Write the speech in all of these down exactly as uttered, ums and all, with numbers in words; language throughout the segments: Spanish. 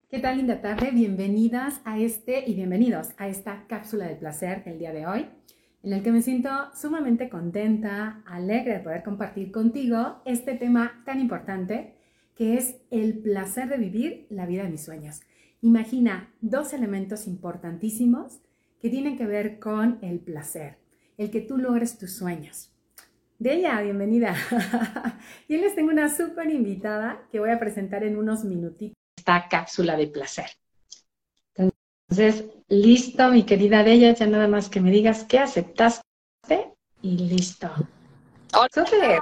¿Qué tal, linda tarde? Bienvenidas a este y bienvenidos a esta cápsula del placer del día de hoy, en el que me siento sumamente contenta, alegre de poder compartir contigo este tema tan importante que es el placer de vivir la vida de mis sueños. Imagina dos elementos importantísimos que tienen que ver con el placer, el que tú logres tus sueños. Deya, bienvenida. Y les tengo una súper invitada que voy a presentar en unos minutitos. Esta cápsula de placer. Entonces, listo, mi querida Deya, ya nada más que me digas que aceptaste y listo. Hola. ¡Súper!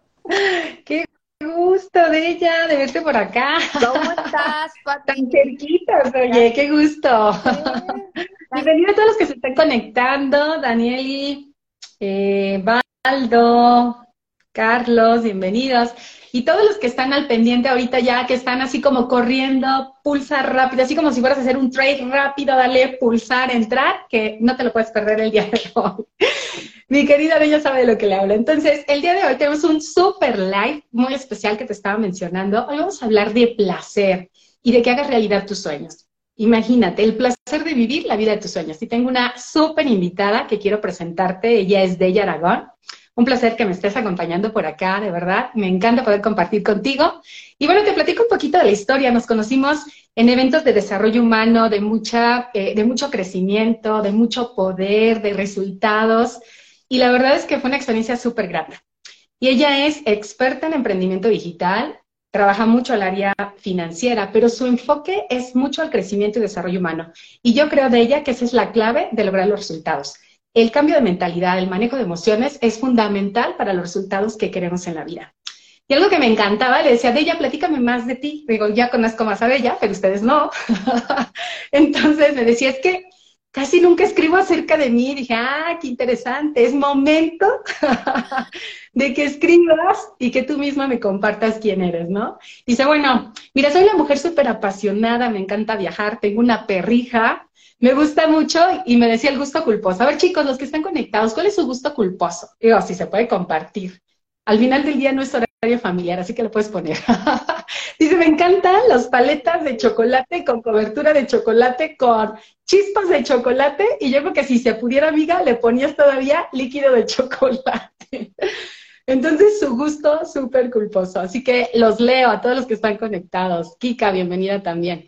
¡Qué gusto, Deya, de verte por acá! ¿Cómo estás, Pati? Tan cerquitas, oye, qué gusto. Sí. Bienvenido a todos los que se están conectando, Danieli, eh, Baldo, Carlos, bienvenidos. Y todos los que están al pendiente ahorita ya, que están así como corriendo, pulsar rápido, así como si fueras a hacer un trade rápido, dale, pulsar, entrar, que no te lo puedes perder el día de hoy. Mi querida Bella sabe de lo que le hablo. Entonces, el día de hoy tenemos un super live muy especial que te estaba mencionando. Hoy vamos a hablar de placer y de que hagas realidad tus sueños. Imagínate, el placer de vivir la vida de tus sueños. Y tengo una súper invitada que quiero presentarte. Ella es Deya Aragón. Un placer que me estés acompañando por acá, de verdad. Me encanta poder compartir contigo. Y bueno, te platico un poquito de la historia. Nos conocimos en eventos de desarrollo humano, de, mucha, eh, de mucho crecimiento, de mucho poder, de resultados. Y la verdad es que fue una experiencia súper grande. Y ella es experta en emprendimiento digital, trabaja mucho el área financiera, pero su enfoque es mucho al crecimiento y desarrollo humano. Y yo creo de ella que esa es la clave de lograr los resultados. El cambio de mentalidad, el manejo de emociones es fundamental para los resultados que queremos en la vida. Y algo que me encantaba, le decía, Deya, platícame más de ti. Digo, ya conozco más a Deya, pero ustedes no. Entonces me decía, es que casi nunca escribo acerca de mí. Dije, ah, qué interesante, es momento de que escribas y que tú misma me compartas quién eres, ¿no? Dice, bueno, mira, soy una mujer súper apasionada, me encanta viajar, tengo una perrija, me gusta mucho, y me decía el gusto culposo. A ver, chicos, los que están conectados, ¿cuál es su gusto culposo? Digo, si se puede compartir. Al final del día no es horario familiar, así que lo puedes poner. Dice, me encantan las paletas de chocolate con cobertura de chocolate, con chispas de chocolate, y yo creo que si se pudiera, amiga, le ponías todavía líquido de chocolate. Entonces, su gusto súper culposo. Así que los leo a todos los que están conectados. Kika, bienvenida también.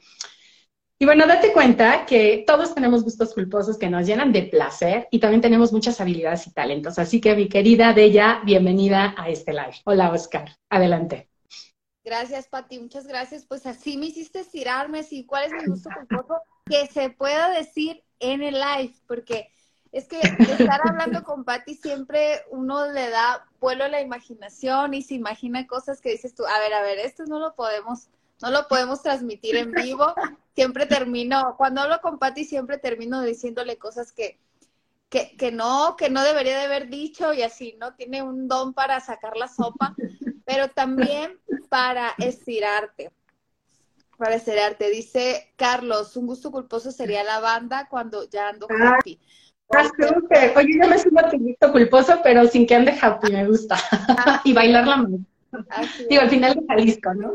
Y bueno, date cuenta que todos tenemos gustos culposos que nos llenan de placer y también tenemos muchas habilidades y talentos. Así que, mi querida Deya, bienvenida a este live. Hola, Oscar. Adelante. Gracias, Pati. Muchas gracias. Pues así me hiciste estirarme. Sí, ¿cuál es mi gusto culposo? Que se pueda decir en el live, porque es que estar hablando con Pati siempre uno le da vuelo a la imaginación y se imagina cosas que dices tú, a ver, a ver, esto no lo podemos, no lo podemos transmitir en vivo. Siempre termino, cuando hablo con Pati siempre termino diciéndole cosas que, que, que no, que no debería de haber dicho y así, ¿no? Tiene un don para sacar la sopa, pero también para estirarte. Para estirarte. Dice Carlos, un gusto culposo sería la banda cuando ya ando happy. Ah, súper. Oye, yo me sumo a tu gusto culposo, pero sin que ande happy, me gusta. Ah, y bailar la mano. Digo, al final de Jalisco, ¿no?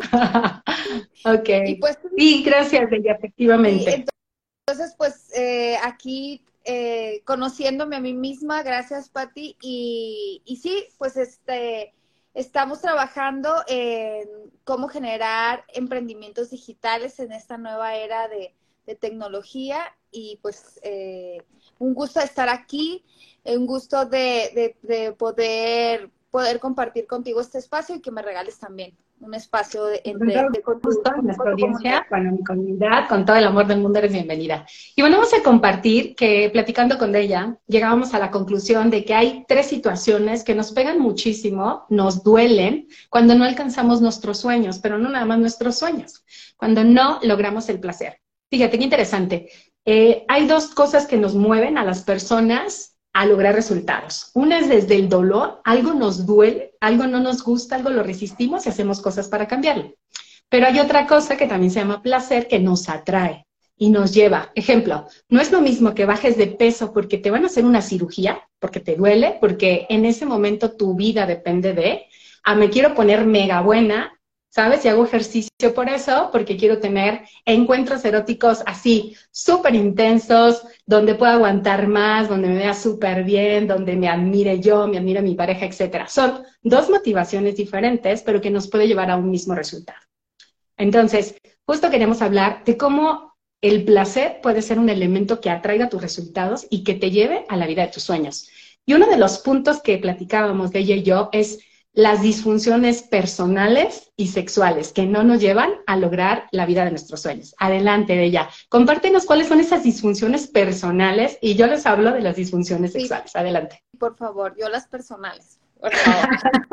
Ok. Y pues, sí, gracias, Deya, efectivamente. Entonces, pues, eh, aquí eh, conociéndome a mí misma, gracias, Pati, y, y sí, pues, este, estamos trabajando en cómo generar emprendimientos digitales en esta nueva era de, de tecnología, y pues, eh, un gusto estar aquí, un gusto de, de, de poder... poder compartir contigo este espacio y que me regales también un espacio de, entre, con todo de, con gusto, tu, en nuestra con tu audiencia, bueno, mi comunidad, con todo el amor del mundo eres bienvenida. Y bueno, vamos a compartir que platicando con ella, llegábamos a la conclusión de que hay tres situaciones que nos pegan muchísimo, nos duelen, cuando no alcanzamos nuestros sueños, pero no nada más nuestros sueños, cuando no logramos el placer. Fíjate, qué interesante. Eh, hay dos cosas que nos mueven a las personas a lograr resultados. Una es desde el dolor, algo nos duele, algo no nos gusta, algo lo resistimos y hacemos cosas para cambiarlo. Pero hay otra cosa que también se llama placer, que nos atrae y nos lleva. Ejemplo, no es lo mismo que bajes de peso porque te van a hacer una cirugía, porque te duele, porque en ese momento tu vida depende de, a me quiero poner mega buena, ¿sabes? Y hago ejercicio por eso, porque quiero tener encuentros eróticos así, súper intensos, donde pueda aguantar más, donde me vea súper bien, donde me admire yo, me admire mi pareja, etcétera. Son dos motivaciones diferentes, pero que nos puede llevar a un mismo resultado. Entonces, justo queremos hablar de cómo el placer puede ser un elemento que atraiga tus resultados y que te lleve a la vida de tus sueños. Y uno de los puntos que platicábamos de ella y yo es las disfunciones personales y sexuales que no nos llevan a lograr la vida de nuestros sueños. Adelante, Bella. Compártenos cuáles son esas disfunciones personales y yo les hablo de las disfunciones Sí, sexuales. Adelante. por favor, yo las personales, por favor.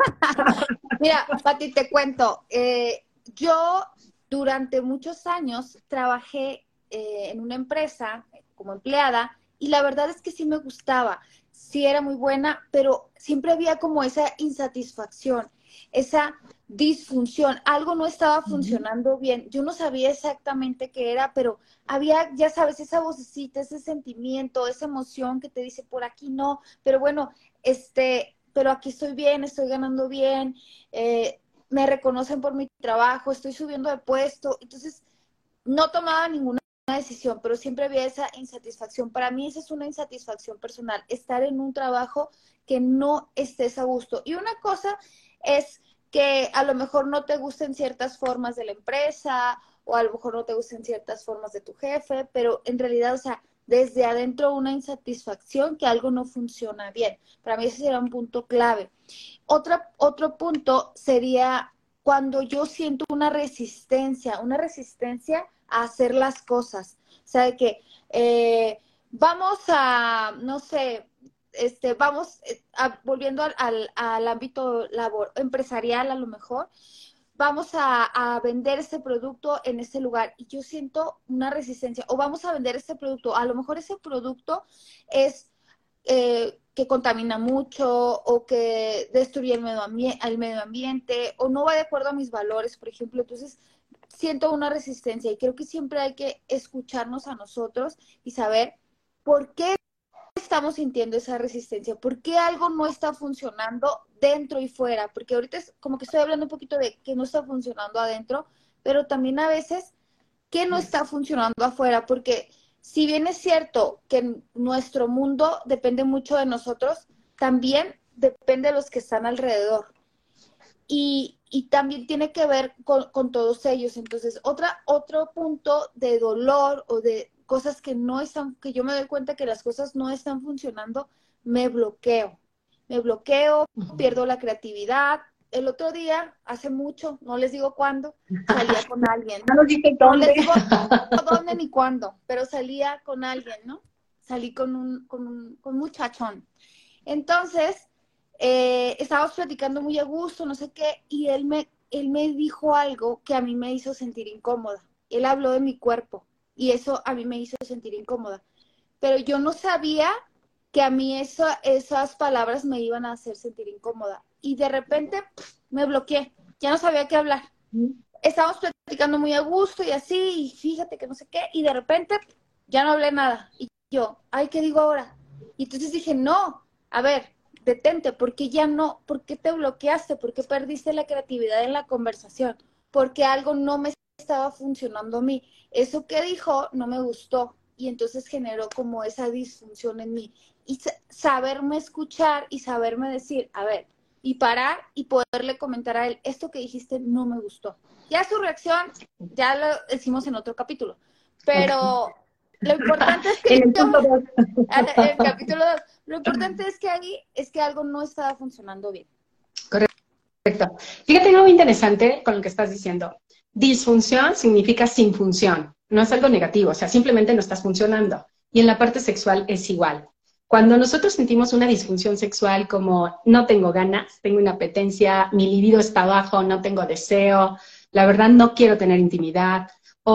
Mira, Pati, te cuento. Eh, yo durante muchos años trabajé eh, en una empresa como empleada y la verdad es que sí me gustaba, sí era muy buena, pero siempre había como esa insatisfacción, esa disfunción, algo no estaba funcionando bien. Yo no sabía exactamente qué era, pero había, ya sabes, esa vocecita, ese sentimiento, esa emoción que te dice por aquí no, pero bueno, este, pero aquí estoy bien, estoy ganando bien, eh, me reconocen por mi trabajo, estoy subiendo de puesto, entonces no tomaba ninguna decisión, pero siempre había esa insatisfacción. Para mí esa es una insatisfacción personal, estar en un trabajo que no estés a gusto. Y una cosa es que a lo mejor no te gusten ciertas formas de la empresa o a lo mejor no te gusten ciertas formas de tu jefe, pero en realidad, o sea, desde adentro una insatisfacción que algo no funciona bien. Para mí ese sería un punto clave. Otra, otro punto sería cuando yo siento una resistencia, una resistencia a hacer las cosas. O sea, de que eh, vamos a, no sé, este, vamos, a, volviendo al, al, al ámbito labor, empresarial a lo mejor, vamos a, a vender este producto en este lugar y yo siento una resistencia, o vamos a vender este producto, a lo mejor ese producto es eh, que contamina mucho o que destruye el medio, ambi- el medio ambiente o no va de acuerdo a mis valores, por ejemplo. Entonces siento una resistencia y creo que siempre hay que escucharnos a nosotros y saber por qué estamos sintiendo esa resistencia, por qué algo no está funcionando dentro y fuera, porque ahorita es como que estoy hablando un poquito de que no está funcionando adentro, pero también a veces que no está funcionando afuera, porque si bien es cierto que nuestro mundo depende mucho de nosotros, también depende de los que están alrededor. Y, y también tiene que ver con, con todos ellos. Entonces, otra, otro punto de dolor o de cosas que no están, que yo me doy cuenta que las cosas no están funcionando, me bloqueo. Me bloqueo, pierdo la creatividad. El otro día, hace mucho, no les digo cuándo, salía con alguien. No nos dice No dónde. les digo dónde ni cuándo, pero salía con alguien, ¿no? Salí con un, con un, con un muchachón. Entonces, eh, estábamos platicando muy a gusto, no sé qué, y él me, él me dijo algo que a mí me hizo sentir incómoda. Él habló de mi cuerpo y eso a mí me hizo sentir incómoda. Pero yo no sabía que a mí eso, esas palabras me iban a hacer sentir incómoda. Y de repente pff, me bloqueé, ya no sabía qué hablar. Estábamos platicando muy a gusto y así, y fíjate que no sé qué, y de repente ya no hablé nada. Y yo, ay, ¿qué digo ahora? Y entonces dije, no, a ver, detente, ¿por qué ya no? ¿Por qué te bloqueaste? ¿Por qué perdiste la creatividad en la conversación? Porque algo no me estaba funcionando a mí. Eso que dijo no me gustó y entonces generó como esa disfunción en mí. Y saberme escuchar y saberme decir, a ver, y parar y poderle comentar a él, esto que dijiste no me gustó. Ya su reacción, ya lo decimos en otro capítulo, pero okay. Lo importante es que... en el punto dos. En el capítulo dos, lo importante es que ahí es que algo no estaba funcionando bien. Correcto. Fíjate algo interesante con lo que estás diciendo. Disfunción significa sin función, no es algo negativo, o sea, simplemente no estás funcionando. Y en la parte sexual es igual. Cuando nosotros sentimos una disfunción sexual como no tengo ganas, tengo una apetencia, mi libido está bajo, no tengo deseo, la verdad no quiero tener intimidad,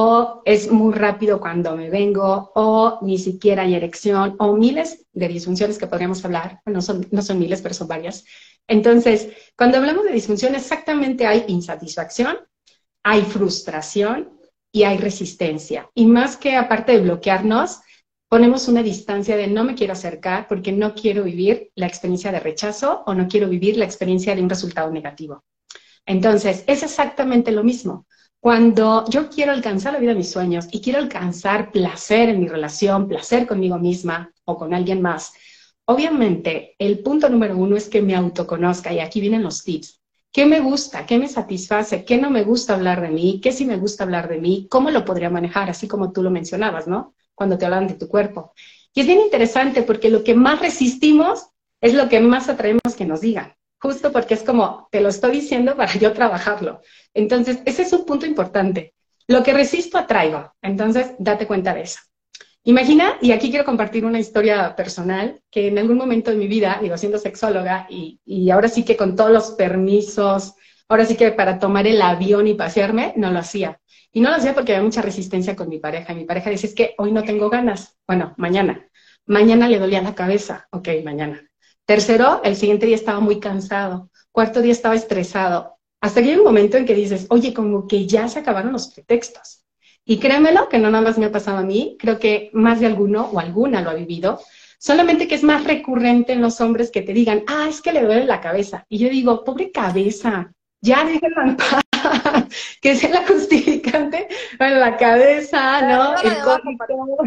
o es muy rápido cuando me vengo, o ni siquiera hay erección, o miles de disfunciones que podríamos hablar, no son, no son miles, pero son varias. Entonces, cuando hablamos de disfunción, exactamente hay insatisfacción, hay frustración y hay resistencia. Y más que aparte de bloquearnos, ponemos una distancia de no me quiero acercar porque no quiero vivir la experiencia de rechazo o no quiero vivir la experiencia de un resultado negativo. Entonces, es exactamente lo mismo. Cuando yo quiero alcanzar la vida de mis sueños y quiero alcanzar placer en mi relación, placer conmigo misma o con alguien más, obviamente el punto número uno es que me autoconozca y aquí vienen los tips. ¿Qué me gusta? ¿Qué me satisface? ¿Qué no me gusta hablar de mí? ¿Qué sí me gusta hablar de mí? ¿Cómo lo podría manejar? Así como tú lo mencionabas, ¿no? Cuando te hablan de tu cuerpo. Y es bien interesante porque lo que más resistimos es lo que más atraemos que nos digan. Justo porque es como, te lo estoy diciendo para yo trabajarlo. Entonces, ese es un punto importante. Lo que resisto atraigo. Entonces, date cuenta de eso. Imagina, y aquí quiero compartir una historia personal, que en algún momento de mi vida, digo, siendo sexóloga, y, y ahora sí que con todos los permisos, ahora sí que para tomar el avión y pasearme, no lo hacía. Y no lo hacía porque había mucha resistencia con mi pareja. Y mi pareja decía, es que hoy no tengo ganas. Bueno, mañana. Mañana le dolía la cabeza. Ok, mañana. Tercero, el siguiente día estaba muy cansado. Cuarto día estaba estresado. Hasta que hay un momento en que dices, oye, como que ya se acabaron los pretextos. Y créemelo, que no nada más me ha pasado a mí, creo que más de alguno o alguna lo ha vivido, solamente que es más recurrente en los hombres que te digan, ah, es que le duele la cabeza. Y yo digo, pobre cabeza, ya déjenlo en paz, que sea la justificante, bueno, la cabeza, ¿no? El cólico,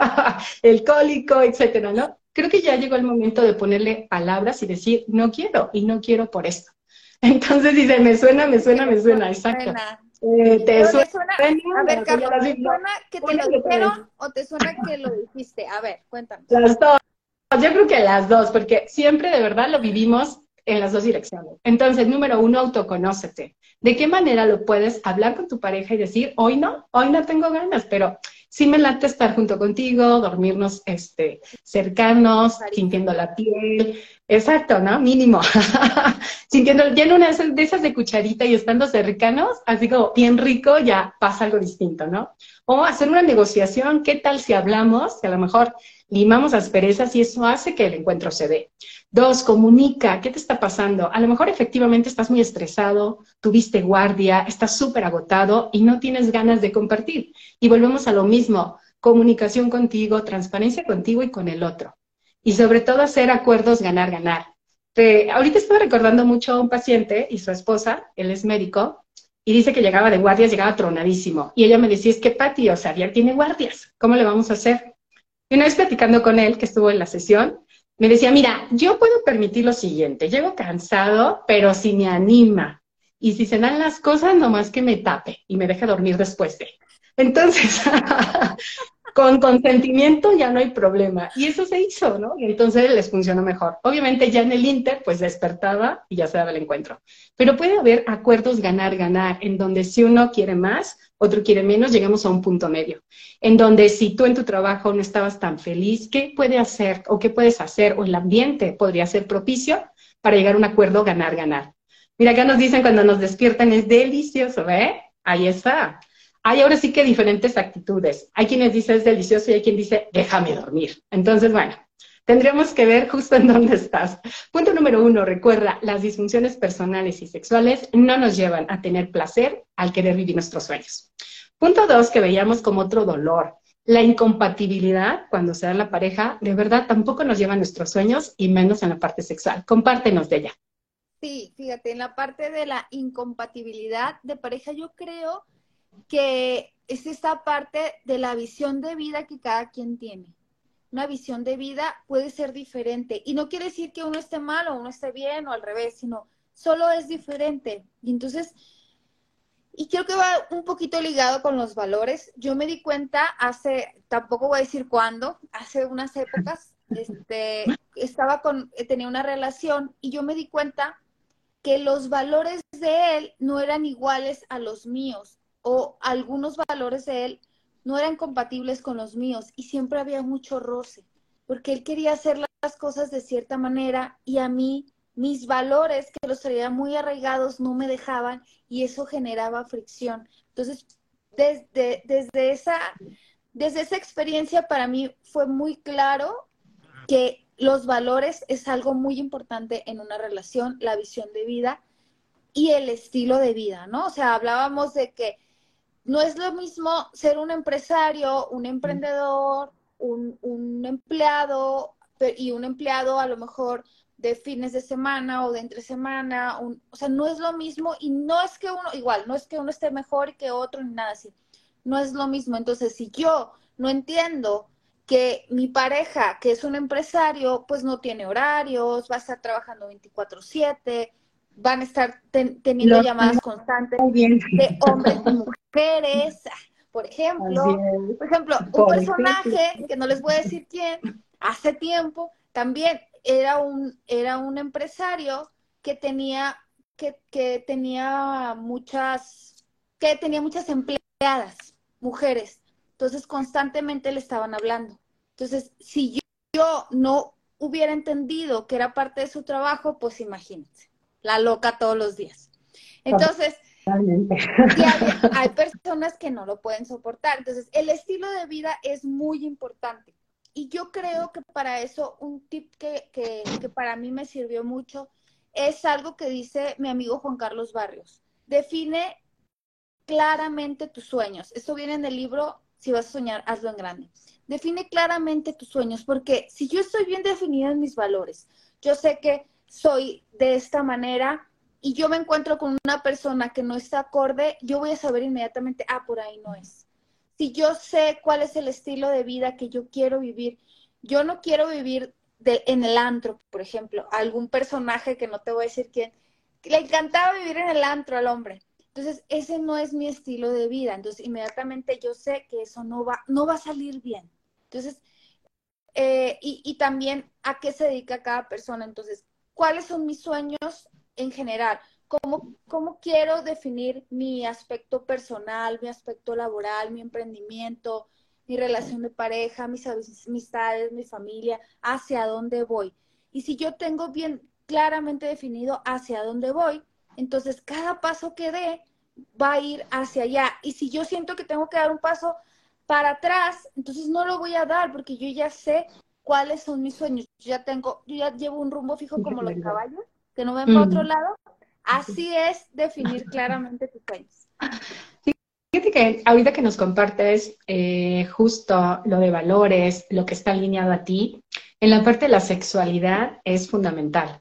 el cólico, etcétera, ¿no? Creo que ya llegó el momento de ponerle palabras y decir, no quiero, y no quiero por esto. Entonces dice, me suena, me suena, me suena, exacto. Eh, ¿Te Pero suena? te suena, a ver, Carlos, ¿te suena que te lo dijeron o te suena que lo dijiste? A ver, cuéntanos. Las dos. Yo creo que las dos, porque siempre de verdad lo vivimos en las dos direcciones. Entonces, número uno, autoconócete. ¿De qué manera lo puedes hablar con tu pareja y decir, hoy no, hoy no tengo ganas, pero sí me late estar junto contigo, dormirnos este, cercanos, sintiendo la piel, exacto, ¿no? Mínimo. Sintiendo, ya en una de esas de cucharita y estando cercanos, así como bien rico, ya pasa algo distinto, ¿no? O hacer una negociación, ¿qué tal si hablamos? Que a lo mejor limamos asperezas y eso hace que el encuentro se dé. Dos, comunica, ¿qué te está pasando? A lo mejor efectivamente estás muy estresado, tuviste guardia, estás súper agotado y no tienes ganas de compartir. Y volvemos a lo mismo, comunicación contigo, transparencia contigo y con el otro. Y sobre todo hacer acuerdos ganar-ganar. Eh, ahorita estoy recordando mucho a un paciente y su esposa, él es médico, y dice que llegaba de guardias, llegaba tronadísimo. Y ella me decía, es que Pati, o sea, ya tiene guardias, ¿cómo le vamos a hacer? Y una vez platicando con él, que estuvo en la sesión, me decía, mira, yo puedo permitir lo siguiente, llego cansado, pero si me anima. Y si se dan las cosas, nomás que me tape y me deje dormir después de. Entonces, con consentimiento ya no hay problema. Y eso se hizo, ¿no? Y entonces les funcionó mejor. Obviamente ya en el Inter, pues despertaba y ya se daba el encuentro. Pero puede haber acuerdos ganar-ganar, en donde si uno quiere más, otro quiere menos, llegamos a un punto medio. En donde si tú en tu trabajo no estabas tan feliz, ¿qué puede hacer o qué puedes hacer? O el ambiente podría ser propicio para llegar a un acuerdo ganar-ganar. Mira, acá nos dicen cuando nos despiertan, es delicioso, ¿eh? Ahí está. Hay ahora sí que diferentes actitudes. Hay quienes dicen es delicioso y hay quien dice déjame dormir. Entonces, bueno, tendríamos que ver justo en dónde estás. Punto número uno, recuerda, las disfunciones personales y sexuales no nos llevan a tener placer al querer vivir nuestros sueños. Punto dos, que veíamos como otro dolor. La incompatibilidad, cuando se da en la pareja, de verdad tampoco nos lleva a nuestros sueños y menos en la parte sexual. Compártenos de ella. Sí, fíjate, en la parte de la incompatibilidad de pareja, yo creo que es esta parte de la visión de vida que cada quien tiene. Una visión de vida puede ser diferente. Y no quiere decir que uno esté mal o uno esté bien o al revés, sino solo es diferente. Y entonces, y creo que va un poquito ligado con los valores. Yo me di cuenta hace, tampoco voy a decir cuándo, hace unas épocas, este, estaba con, tenía una relación y yo me di cuenta que los valores de él no eran iguales a los míos, o algunos valores de él no eran compatibles con los míos, y siempre había mucho roce, porque él quería hacer las cosas de cierta manera, y a mí, mis valores, que los traía muy arraigados, no me dejaban, y eso generaba fricción. Entonces, desde, desde, esa, desde esa experiencia para mí fue muy claro que los valores es algo muy importante en una relación, la visión de vida y el estilo de vida, ¿no? O sea, hablábamos de que no es lo mismo ser un empresario, un emprendedor, un, un empleado, y un empleado a lo mejor de fines de semana o de entre semana, un, o sea, no es lo mismo y no es que uno, igual, no es que uno esté mejor que otro ni nada así, no es lo mismo. Entonces, si yo no entiendo que mi pareja, que es un empresario, pues no tiene horarios, va a estar trabajando veinticuatro siete, van a estar ten, teniendo Lo llamadas constantes muy bien. de hombres y mujeres, por Así ejemplo, es. por ejemplo, un Por ejemplo. personaje, que no les voy a decir quién, hace tiempo también era un, era un empresario que tenía, que, que tenía muchas, que tenía muchas empleadas, mujeres. Entonces constantemente le estaban hablando. Entonces, si yo, yo no hubiera entendido que era parte de su trabajo, pues imagínense, la loca todos los días. Entonces, Totalmente. y hay, hay personas que no lo pueden soportar. Entonces, el estilo de vida es muy importante. Y yo creo que para eso un tip que, que, que para mí me sirvió mucho es algo que dice mi amigo Juan Carlos Barrios. Define claramente tus sueños. Esto viene en el libro Si vas a soñar, hazlo en grande. Define claramente tus sueños, porque si yo estoy bien definida en mis valores, yo sé que soy de esta manera y yo me encuentro con una persona que no está acorde, yo voy a saber inmediatamente, ah, por ahí no es. Si yo sé cuál es el estilo de vida que yo quiero vivir, yo no quiero vivir de, en el antro, por ejemplo, algún personaje que no te voy a decir quién, que le encantaba vivir en el antro al hombre. Entonces, ese no es mi estilo de vida. Entonces, inmediatamente yo sé que eso no va, no va a salir bien. Entonces, eh, y, y también a qué se dedica cada persona. Entonces, ¿cuáles son mis sueños en general? ¿Cómo, cómo quiero definir mi aspecto personal, mi aspecto laboral, mi emprendimiento, mi relación de pareja, mis amistades, mi familia? ¿Hacia dónde voy? Y si yo tengo bien claramente definido hacia dónde voy, entonces cada paso que dé va a ir hacia allá. Y si yo siento que tengo que dar un paso para atrás, entonces no lo voy a dar porque yo ya sé cuáles son mis sueños. Yo ya tengo, yo ya llevo un rumbo fijo como los caballos, que no ven para otro lado. Así es definir claramente tus sueños. Fíjate que ahorita que nos compartes eh, justo lo de valores, lo que está alineado a ti, en la parte de la sexualidad es fundamental.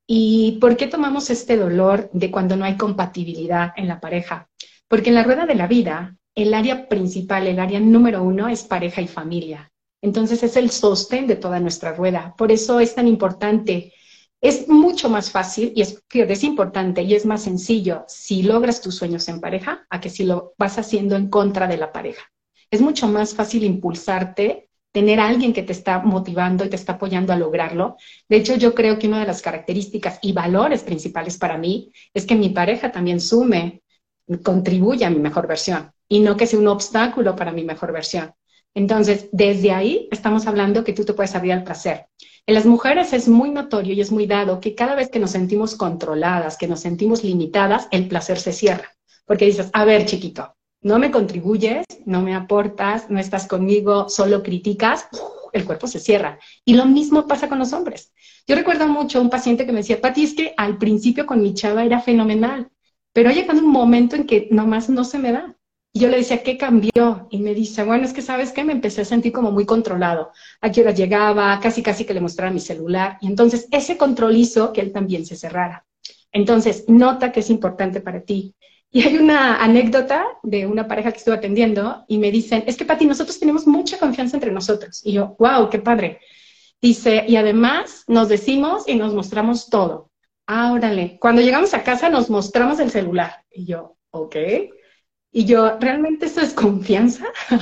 ¿Y por qué tomamos este dolor de cuando no hay compatibilidad en la pareja? Porque en la rueda de la vida, el área principal, el área número uno es pareja y familia. Entonces es el sostén de toda nuestra rueda. Por eso es tan importante. Es mucho más fácil y es, es importante y es más sencillo si logras tus sueños en pareja a que si lo vas haciendo en contra de la pareja. Es mucho más fácil impulsarte, tener a alguien que te está motivando y te está apoyando a lograrlo. De hecho, yo creo que una de las características y valores principales para mí es que mi pareja también sume, contribuya a mi mejor versión y no que sea un obstáculo para mi mejor versión. Entonces, desde ahí estamos hablando que tú te puedes abrir al placer. En las mujeres es muy notorio y es muy dado que cada vez que nos sentimos controladas, que nos sentimos limitadas, el placer se cierra. Porque dices, a ver, chiquito, no me contribuyes, no me aportas, no estás conmigo, solo criticas, el cuerpo se cierra. Y lo mismo pasa con los hombres. Yo recuerdo mucho a un paciente que me decía, Pati, es que al principio con mi chava era fenomenal, pero ha llegado un momento en que nomás no se me da. Y yo le decía, ¿qué cambió? Y me dice, bueno, es que ¿sabes qué? Me empecé a sentir como muy controlado. A qué hora llegaba, casi casi que le mostraba mi celular. Y entonces ese control hizo que él también se cerrara. Entonces, nota que es importante para ti. Y hay una anécdota de una pareja que estuve atendiendo y me dicen, es que Pati, nosotros tenemos mucha confianza entre nosotros. Y yo, wow, qué padre. Dice, y además nos decimos y nos mostramos todo. Ah, órale. Cuando llegamos a casa nos mostramos el celular. Y yo, ok. Y yo, ¿realmente eso es confianza?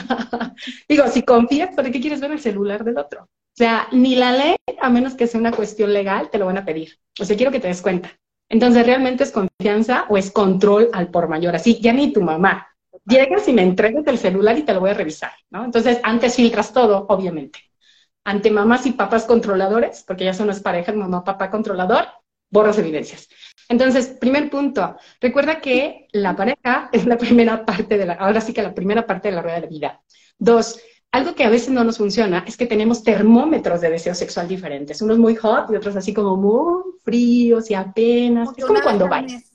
Digo, si confías, ¿para qué quieres ver el celular del otro? O sea, ni la ley, a menos que sea una cuestión legal, te lo van a pedir. O sea, quiero que te des cuenta. Entonces, ¿realmente es confianza o es control al por mayor? Así, ya ni tu mamá. Llegas y me entregas el celular y te lo voy a revisar, ¿no? Entonces, antes filtras todo, obviamente. Ante mamás y papás controladores, porque ya son las parejas, mamá, papá controlador, borras evidencias. Entonces, primer punto, recuerda que la pareja es la primera parte de la, ahora sí que la primera parte de la rueda de la vida. Dos, algo que a veces no nos funciona es que tenemos termómetros de deseo sexual diferentes, unos muy hot y otros así como muy fríos y apenas, Como es como cuando vais.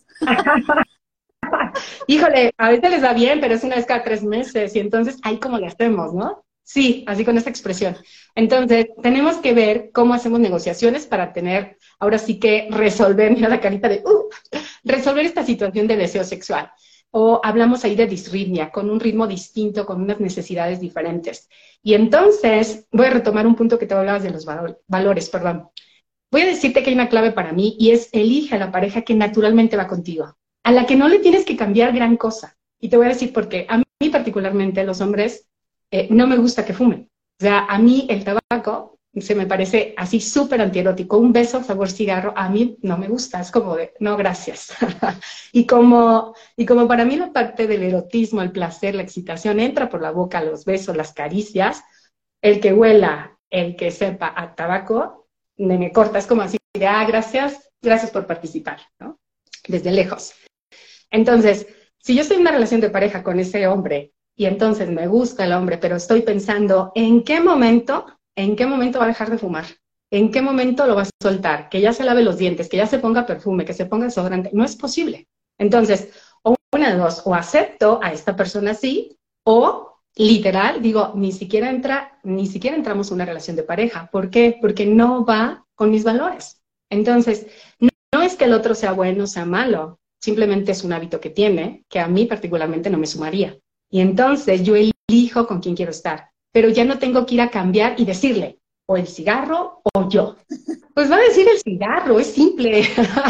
Híjole, a veces les va bien, pero es una vez cada tres meses y entonces ahí como le hacemos, ¿no? Sí, así con esta expresión. Entonces, tenemos que ver cómo hacemos negociaciones para tener, ahora sí que resolver, mira la carita de, uh, resolver esta situación de deseo sexual. O hablamos ahí de disritmia, con un ritmo distinto, con unas necesidades diferentes. Y entonces, voy a retomar un punto que te hablabas de los valor, valores, perdón. Voy a decirte que hay una clave para mí y es elige a la pareja que naturalmente va contigo, a la que no le tienes que cambiar gran cosa. Y te voy a decir por qué. A mí particularmente, los hombres, eh, no me gusta que fumen. O sea, a mí el tabaco se me parece así súper antierótico. Un beso, sabor cigarro, a mí no me gusta. Es como de, no, gracias. y, como, y como para mí la parte del erotismo, el placer, la excitación, entra por la boca, los besos, las caricias, el que huela, el que sepa a tabaco, me, me corta. Es como así de, ah, gracias, gracias por participar, ¿no? Desde lejos. Entonces, si yo estoy en una relación de pareja con ese hombre y entonces me gusta el hombre, pero estoy pensando en qué momento, en qué momento va a dejar de fumar, en qué momento lo va a soltar, que ya se lave los dientes, que ya se ponga perfume, que se ponga desodorante, no es posible. Entonces, o una de dos, o acepto a esta persona así, o literal, digo, ni siquiera entra, ni siquiera entramos en una relación de pareja. ¿Por qué? Porque no va con mis valores. Entonces, no, no es que el otro sea bueno o sea malo, simplemente es un hábito que tiene, que a mí particularmente no me sumaría. Y entonces yo elijo con quién quiero estar, pero ya no tengo que ir a cambiar y decirle, o el cigarro o yo. Pues va a decir el cigarro, es simple.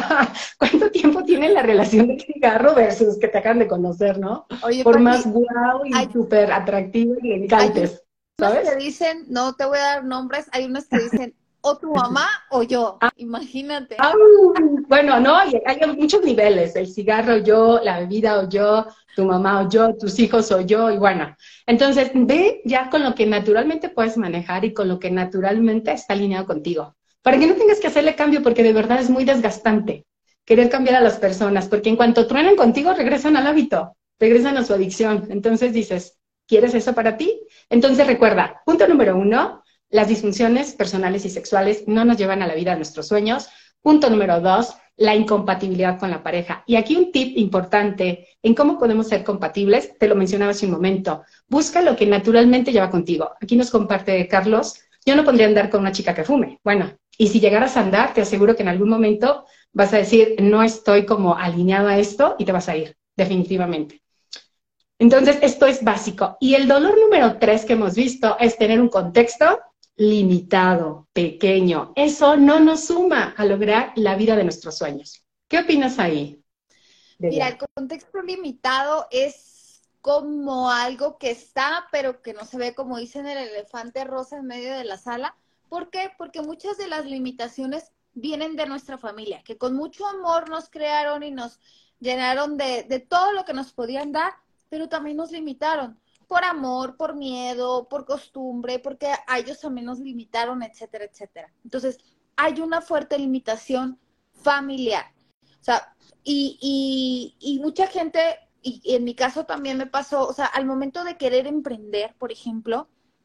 ¿Cuánto tiempo tiene la relación del cigarro versus que te acaban de conocer, no? Oye, Por Pati, más guau y hay, súper atractivo y le hay encantes, unos que ¿sabes? dicen, no te voy a dar nombres, hay unos que dicen, o tu mamá o yo, imagínate. Ah, bueno, no, hay, hay muchos niveles, el cigarro yo, la bebida o yo, tu mamá o yo, tus hijos o yo, y bueno, entonces ve ya con lo que naturalmente puedes manejar y con lo que naturalmente está alineado contigo, para que no tengas que hacerle cambio porque de verdad es muy desgastante querer cambiar a las personas, porque en cuanto truenan contigo regresan al hábito, regresan a su adicción, entonces dices, ¿quieres eso para ti? Entonces recuerda, punto número uno, las disfunciones personales y sexuales no nos llevan a la vida de nuestros sueños. Punto número dos, la incompatibilidad con la pareja. Y aquí un tip importante en cómo podemos ser compatibles, te lo mencionaba hace un momento. Busca lo que naturalmente lleva contigo. Aquí nos comparte Carlos, yo no podría andar con una chica que fume. Bueno, y si llegaras a andar, te aseguro que en algún momento vas a decir, no estoy como alineado a esto y te vas a ir, definitivamente. Entonces, esto es básico. Y el dolor número tres que hemos visto es tener un contexto limitado, pequeño. Eso no nos suma a lograr la vida de nuestros sueños. ¿Qué opinas ahí, Mira, el Delia? contexto limitado es como algo que está, pero que no se ve, como dicen, el elefante rosa en medio de la sala. ¿Por qué? Porque muchas de las limitaciones vienen de nuestra familia, que con mucho amor nos crearon y nos llenaron de, de todo lo que nos podían dar, pero también nos limitaron por amor, por miedo, por costumbre, porque a ellos también nos limitaron, etcétera, etcétera. Entonces, hay una fuerte limitación familiar. O sea, y, y, y mucha gente, y en mi caso también me pasó, o sea, al momento de querer emprender, por ejemplo,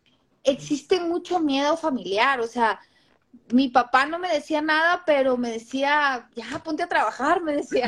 existe mucho miedo familiar. O sea, mi papá no me decía nada, pero me decía, ya, ponte a trabajar, me decía.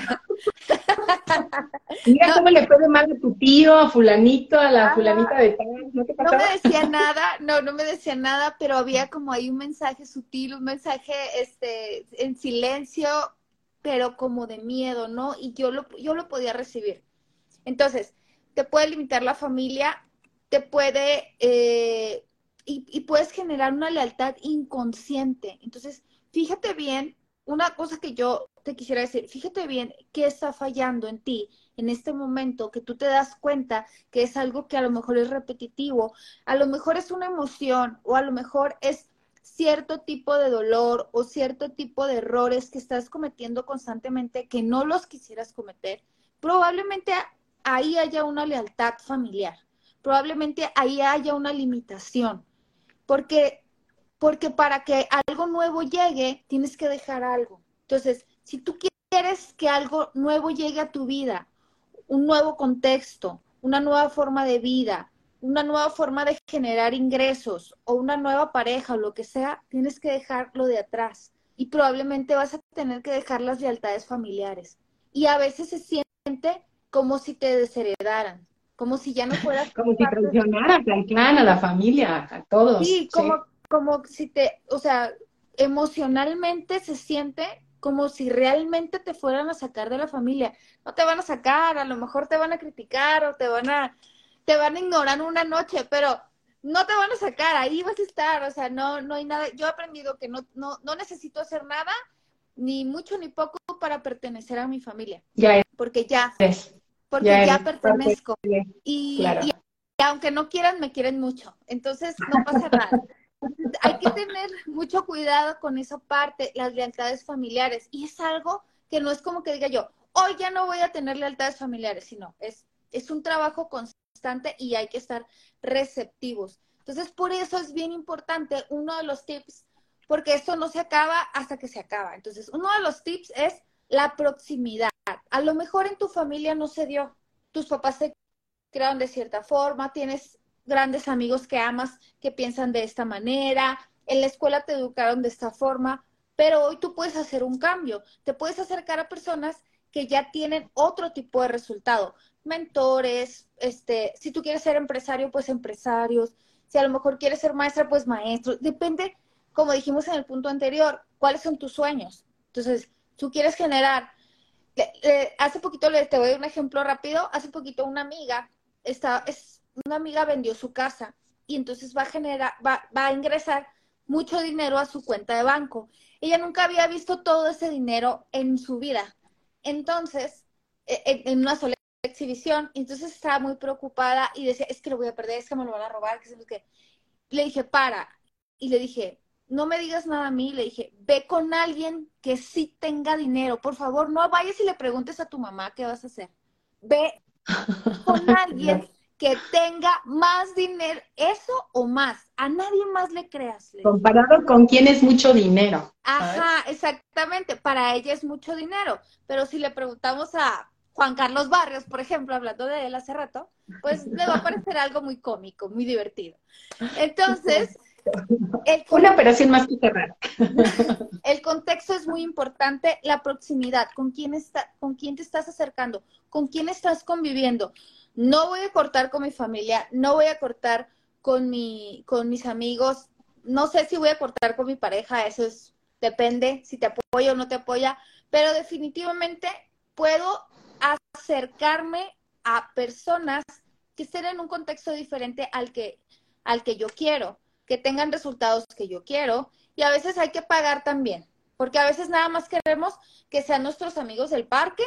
Mira No, cómo le fue de mal a tu tío, a fulanito, a la ah, fulanita de tal, ¿no te no me pasaba? decía nada, no, no me decía nada, pero había como ahí un mensaje sutil, un mensaje este, en silencio, pero como de miedo, ¿no? Y yo lo, yo lo podía recibir. Entonces, te puede limitar la familia, te puede, eh, y, y puedes generar una lealtad inconsciente. Entonces, fíjate bien, una cosa que yo te quisiera decir, fíjate bien qué está fallando en ti en este momento, que tú te das cuenta que es algo que a lo mejor es repetitivo, a lo mejor es una emoción o a lo mejor es cierto tipo de dolor o cierto tipo de errores que estás cometiendo constantemente que no los quisieras cometer. Probablemente ahí haya una lealtad familiar, probablemente ahí haya una limitación, porque, porque para que algo nuevo llegue, tienes que dejar algo. Entonces, si tú quieres que algo nuevo llegue a tu vida, un nuevo contexto, una nueva forma de vida, una nueva forma de generar ingresos o una nueva pareja o lo que sea, tienes que dejarlo de atrás y probablemente vas a tener que dejar las lealtades familiares. Y a veces se siente como si te desheredaran. como si ya no fueras Como si parte de... traicionaras al clan, a la familia, a todos, Sí, sí. como, como si te, o sea, emocionalmente se siente como si realmente te fueran a sacar de la familia. No te van a sacar, a lo mejor te van a criticar o te van a, te van a ignorar una noche, pero no te van a sacar, ahí vas a estar, o sea, no, no hay nada. Yo he aprendido que no, no, no necesito hacer nada, ni mucho ni poco, para pertenecer a mi familia, Ya porque ya, eres, porque ya ya eres parte pertenezco. de, Y, claro. y aunque no quieran, me quieren mucho. Entonces, no pasa nada. Hay que tener mucho cuidado con esa parte, las lealtades familiares. Y es algo que no es como que diga yo, hoy ya no voy a tener lealtades familiares, sino es, es un trabajo constante y hay que estar receptivos. Entonces, por eso es bien importante uno de los tips, porque esto no se acaba hasta que se acaba. Entonces, uno de los tips es la proximidad. A lo mejor en tu familia no se dio, tus papás te crearon de cierta forma, tienes grandes amigos que amas que piensan de esta manera, en la escuela te educaron de esta forma, pero hoy tú puedes hacer un cambio, te puedes acercar a personas que ya tienen otro tipo de resultado, mentores, este, si tú quieres ser empresario, pues empresarios, si a lo mejor quieres ser maestra, pues maestro, depende, como dijimos en el punto anterior, cuáles son tus sueños. Entonces, tú quieres generar, le, le, hace poquito, le, te voy a dar un ejemplo rápido, hace poquito una amiga, está, es, una amiga vendió su casa y entonces va a generar, va, va a ingresar mucho dinero a su cuenta de banco. Ella nunca había visto todo ese dinero en su vida. Entonces, en, en una sola exhibición, entonces estaba muy preocupada y decía, es que lo voy a perder, es que me lo van a robar, que es que... Le dije, para, y le dije, no me digas nada a mí, le dije, ve con alguien que sí tenga dinero, por favor, no vayas y le preguntes a tu mamá qué vas a hacer. Ve con alguien que tenga más dinero, eso o más. A nadie más le creas, le dije. Comparado con quién es mucho dinero, Ajá, ¿sabes? exactamente. Para ella es mucho dinero. Pero si le preguntamos a Juan Carlos Barrios, por ejemplo, hablando de él hace rato, pues le va a parecer algo muy cómico, muy divertido. Entonces, el, Una con operación más que cerrar. el contexto es muy importante, la proximidad, con quién, está, con quién te estás acercando, con quién estás conviviendo. No voy a cortar con mi familia, no voy a cortar con, mi, con mis amigos, no sé si voy a cortar con mi pareja, eso es, depende si te apoya o no te apoya, pero definitivamente puedo acercarme a personas que estén en un contexto diferente al que, al que yo quiero, que tengan resultados que yo quiero, y a veces hay que pagar también, porque a veces nada más queremos que sean nuestros amigos del parque,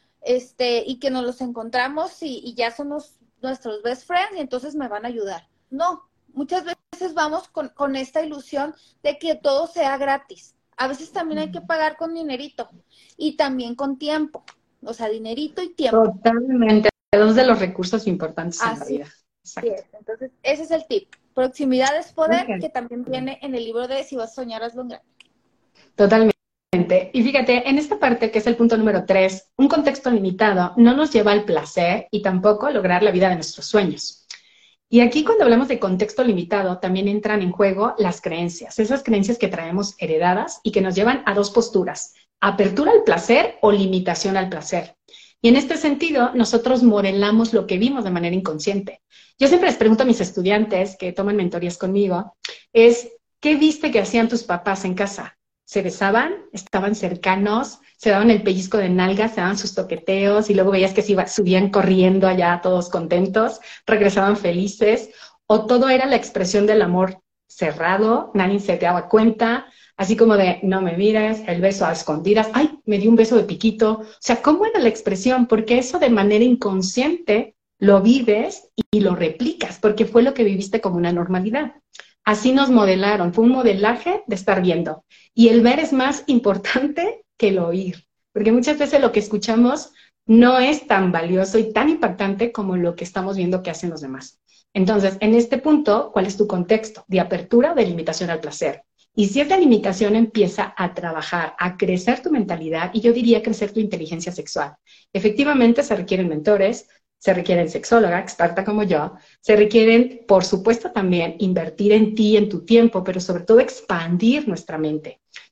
este, y que nos los encontramos y, y ya somos nuestros best friends y entonces me van a ayudar. No, muchas veces vamos con, con esta ilusión de que todo sea gratis. A veces también hay que pagar con dinerito y también con tiempo, o sea, dinerito y tiempo. Totalmente. Dos de los recursos importantes en la Así vida. Exacto. es. Entonces, ese es el tip. Proximidad es poder, Okay. que también viene en el libro de Si vas a soñar, hazlo en grande. Totalmente. Y fíjate, en esta parte, que es el punto número tres, un contexto limitado no nos lleva al placer y tampoco a lograr la vida de nuestros sueños. Y aquí cuando hablamos de contexto limitado, también entran en juego las creencias, esas creencias que traemos heredadas y que nos llevan a dos posturas, apertura al placer o limitación al placer. Y en este sentido, nosotros modelamos lo que vimos de manera inconsciente. Yo siempre les pregunto a mis estudiantes que toman mentorías conmigo, es, ¿qué viste que hacían tus papás en casa? ¿Se besaban? ¿Estaban cercanos? ¿Se daban el pellizco de nalgas? ¿Se daban sus toqueteos? Y luego veías que se iba, subían corriendo allá todos contentos, regresaban felices, o todo era la expresión del amor cerrado, nadie se daba cuenta, así como de, no me mires, el beso a escondidas, ay, me dio un beso de piquito. O sea, ¿cómo era la expresión? Porque eso de manera inconsciente lo vives y lo replicas, porque fue lo que viviste como una normalidad. Así nos modelaron, fue un modelaje de estar viendo. Y el ver es más importante que el oír, porque muchas veces lo que escuchamos no es tan valioso y tan impactante como lo que estamos viendo que hacen los demás. Entonces, en este punto, ¿cuál es tu contexto? De apertura o de limitación al placer. Y si esta limitación empieza a trabajar, a crecer tu mentalidad, y yo diría crecer tu inteligencia sexual. Efectivamente, se requieren mentores, se requieren sexóloga, experta como yo, se requieren, por supuesto, también invertir en ti, en tu tiempo, pero sobre todo expandir nuestra mente.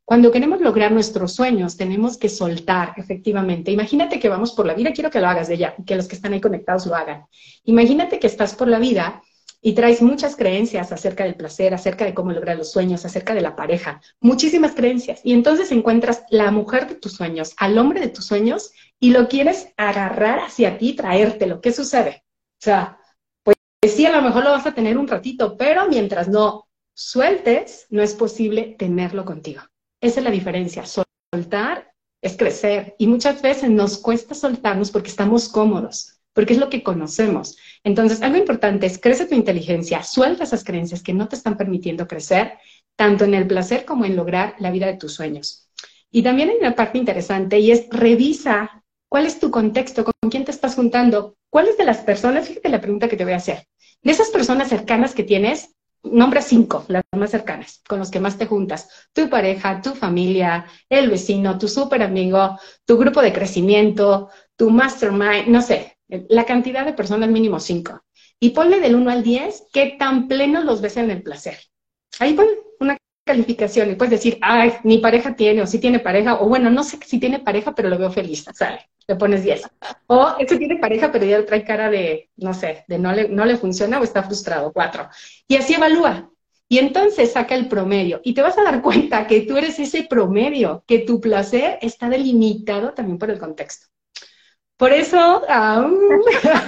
Cuando queremos lograr nuestros sueños, tenemos que soltar, efectivamente. Imagínate que vamos por la vida, quiero que lo hagas de ya, que los que están ahí conectados lo hagan. Imagínate que estás por la vida y traes muchas creencias acerca del placer, acerca de cómo lograr los sueños, acerca de la pareja, muchísimas creencias. Y entonces encuentras la mujer de tus sueños, al hombre de tus sueños, y lo quieres agarrar hacia ti, traértelo. ¿Qué sucede? O sea, pues sí, a lo mejor lo vas a tener un ratito, pero mientras no sueltes, no es posible tenerlo contigo. Esa es la diferencia. Soltar es crecer. Y muchas veces nos cuesta soltarnos porque estamos cómodos, porque es lo que conocemos. Entonces, algo importante es crece tu inteligencia, suelta esas creencias que no te están permitiendo crecer, tanto en el placer como en lograr la vida de tus sueños. Y también hay una parte interesante y es revisa cuál es tu contexto, con quién te estás juntando, cuáles de las personas, fíjate la pregunta que te voy a hacer, de esas personas cercanas que tienes, nombra cinco, las más cercanas, con los que más te juntas. Tu pareja, tu familia, el vecino, tu súper amigo, tu grupo de crecimiento, tu mastermind, no sé, la cantidad de personas mínimo cinco. Y ponle del uno al diez, qué tan plenos los ves en el placer. Ahí pon una calificación y puedes decir, ay, mi pareja tiene, o si tiene pareja, o bueno, no sé si tiene pareja, pero lo veo feliz, sale, le pones diez. O ese tiene pareja, pero ya trae cara de, no sé, de no le, no le funciona o está frustrado, cuatro. Y así evalúa. Y entonces saca el promedio. Y te vas a dar cuenta que tú eres ese promedio, que tu placer está delimitado también por el contexto. Por eso, um,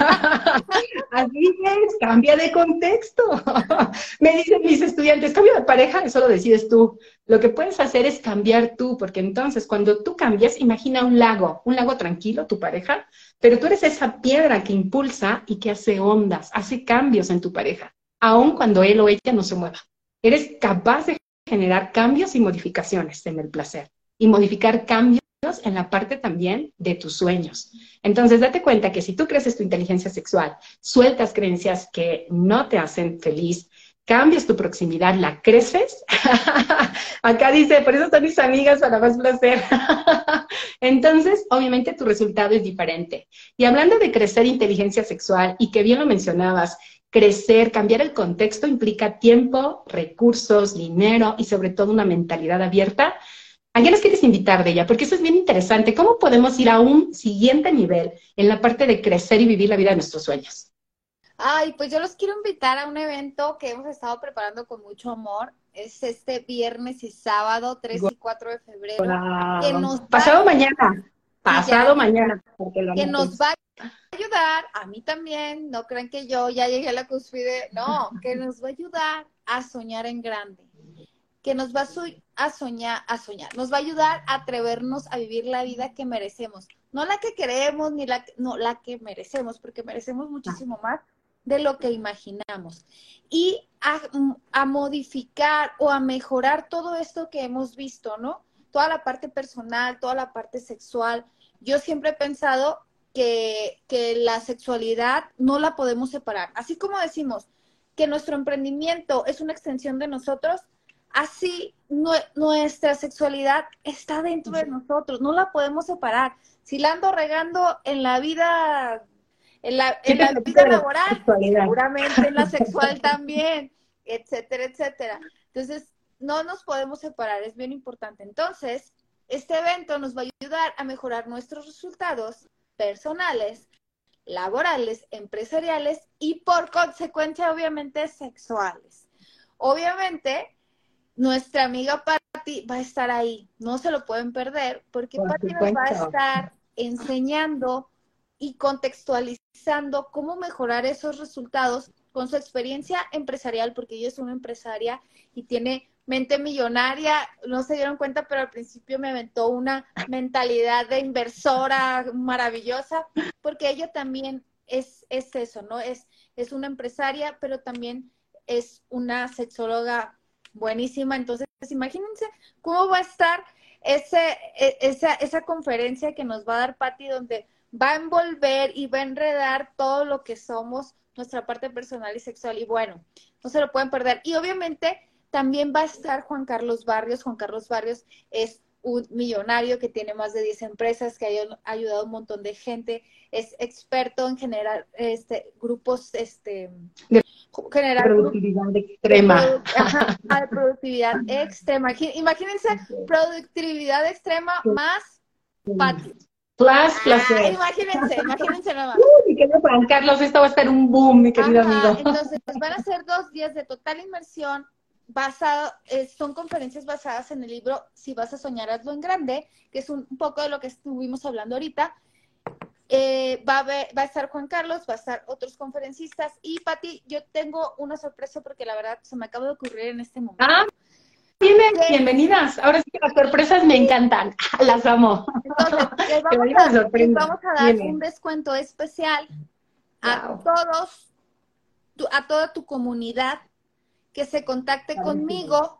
así es, cambia de contexto. Me dicen mis estudiantes, cambio de pareja, eso lo decides tú. Lo que puedes hacer es cambiar tú, porque entonces cuando tú cambias, imagina un lago, un lago tranquilo, tu pareja, pero tú eres esa piedra que impulsa y que hace ondas, hace cambios en tu pareja, aun cuando él o ella no se mueva. Eres capaz de generar cambios y modificaciones en el placer y modificar cambios en la parte también de tus sueños. Entonces, date cuenta que si tú creces tu inteligencia sexual, sueltas creencias que no te hacen feliz, cambias tu proximidad, la creces. Acá dice, por eso son mis amigas para más placer. Entonces, obviamente tu resultado es diferente. Y hablando de crecer inteligencia sexual, y que bien lo mencionabas, crecer, cambiar el contexto implica tiempo, recursos, dinero y sobre todo una mentalidad abierta. ¿A qué nos quieres invitar de ella? Porque eso es bien interesante. ¿Cómo podemos ir a un siguiente nivel en la parte de crecer y vivir la vida de nuestros sueños? Ay, pues yo los quiero invitar a un evento que hemos estado preparando con mucho amor. Es este viernes y sábado, tres y cuatro de febrero, que Wow. nos va Pasado a, mañana. y ya, Pasado mañana. Porque lo que anoté. nos va a ayudar, a mí también, no crean que yo ya llegué a la cúspide, no, que nos va a ayudar a soñar en grande, que nos va a, so a soñar, a soñar, nos va a ayudar a atrevernos a vivir la vida que merecemos, no la que queremos, ni la, no, la que merecemos, porque merecemos muchísimo más de lo que imaginamos, y a, a modificar o a mejorar todo esto que hemos visto, ¿no? Toda la parte personal, toda la parte sexual. Yo siempre he pensado que, que la sexualidad no la podemos separar. Así como decimos que nuestro emprendimiento es una extensión de nosotros, así no, nuestra sexualidad está dentro de nosotros, no la podemos separar. Si la ando regando en la vida, en la, en la vida laboral, seguramente en la sexual también, etcétera, etcétera. Entonces, no nos podemos separar, es bien importante. Entonces, este evento nos va a ayudar a mejorar nuestros resultados personales, laborales, empresariales y por consecuencia, obviamente, sexuales. Obviamente, nuestra amiga Patti va a estar ahí, no se lo pueden perder, porque Patti nos va a estar enseñando y contextualizando cómo mejorar esos resultados con su experiencia empresarial, porque ella es una empresaria y tiene mente millonaria, no se dieron cuenta, pero al principio me aventó una mentalidad de inversora maravillosa, porque ella también es, es eso, ¿no? Es, es una empresaria, pero también es una sexóloga buenísima. Entonces, imagínense cómo va a estar ese, esa, esa conferencia que nos va a dar Patti, donde va a envolver y va a enredar todo lo que somos, nuestra parte personal y sexual. Y bueno, no se lo pueden perder. Y obviamente también va a estar Juan Carlos Barrios. Juan Carlos Barrios es un millonario que tiene más de diez empresas, que ha ayudado a un montón de gente, es experto en generar este, grupos, este, De generar productividad grupos extrema. de, produ ajá, de productividad extrema. Imagínense, productividad extrema más Pati. Plus, placer. Ah, imagínense, imagínense nada más. Uy, mi querido Juan Carlos, esto va a estar un boom, mi querido Ajá, amigo. entonces van a ser dos días de total inmersión, basado, eh, son conferencias basadas en el libro Si vas a soñar, hazlo en grande, que es un, un poco de lo que estuvimos hablando ahorita. Eh, va, a ver, va a estar Juan Carlos, va a estar otros conferencistas, y Pati, yo tengo una sorpresa porque la verdad se me acaba de ocurrir en este momento. Ah, bien, bienvenidas. Ahora sí que las sorpresas me encantan, las amo. Entonces, les vamos, a, les vamos a dar Viene. un descuento especial a wow. todos, tu, a toda tu comunidad que se contacte conmigo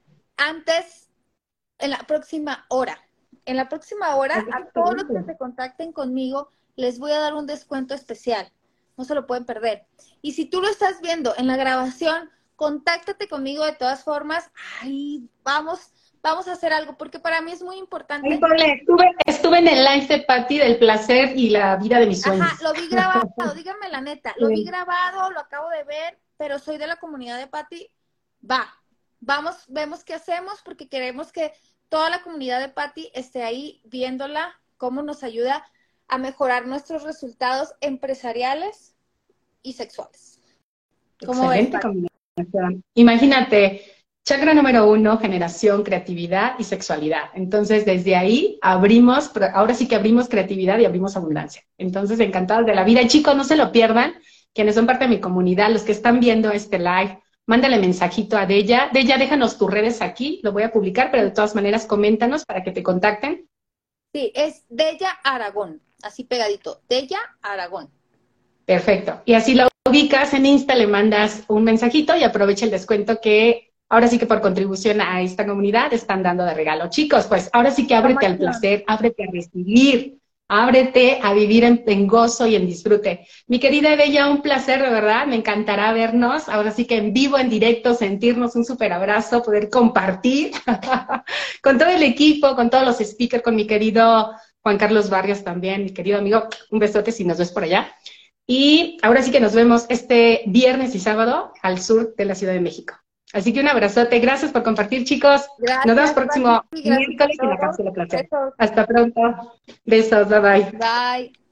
antes, en la próxima hora. En la próxima hora, a todos los que se contacten conmigo, les voy a dar un descuento especial. No se lo pueden perder. Y si tú lo estás viendo en la grabación, contáctate conmigo de todas formas. Ay, vamos, vamos a hacer algo, porque para mí es muy importante. Ay, Pole, estuve, estuve en el live de Pati del placer y la vida de mis sueños. Ajá, lo vi grabado, díganme la neta. Lo vi grabado, lo acabo de ver, pero soy de la comunidad de Pati. Va, vamos, vemos qué hacemos, porque queremos que toda la comunidad de Pati esté ahí viéndola, cómo nos ayuda a mejorar nuestros resultados empresariales y sexuales. Excelente combinación. Imagínate, chakra número uno, generación, creatividad y sexualidad. Entonces, desde ahí abrimos, ahora sí que abrimos creatividad y abrimos abundancia. Entonces, encantados de la vida. Y chicos, no se lo pierdan, quienes son parte de mi comunidad, los que están viendo este live, mándale mensajito a Deya. Deya, déjanos tus redes aquí, lo voy a publicar, pero de todas maneras coméntanos para que te contacten. Sí, es Deya Aragón, así pegadito, Deya Aragón. Perfecto. Y así lo ubicas en Insta, le mandas un mensajito y aprovecha el descuento que ahora sí que por contribución a esta comunidad están dando de regalo. Chicos, pues ahora sí que ábrete al placer, ábrete a recibir, ábrete a vivir en, en gozo y en disfrute. Mi querida Deya, un placer, de verdad, me encantará vernos, ahora sí que en vivo, en directo, sentirnos un súper abrazo, poder compartir con todo el equipo, con todos los speakers, con mi querido Juan Carlos Barrios también, mi querido amigo, un besote si nos ves por allá. Y ahora sí que nos vemos este viernes y sábado al sur de la Ciudad de México. Así que un abrazote. Gracias por compartir, chicos. Gracias, nos vemos próximo Pati, miércoles en la Cápsula Placer. Besos. Hasta pronto. Besos. Bye bye. Bye.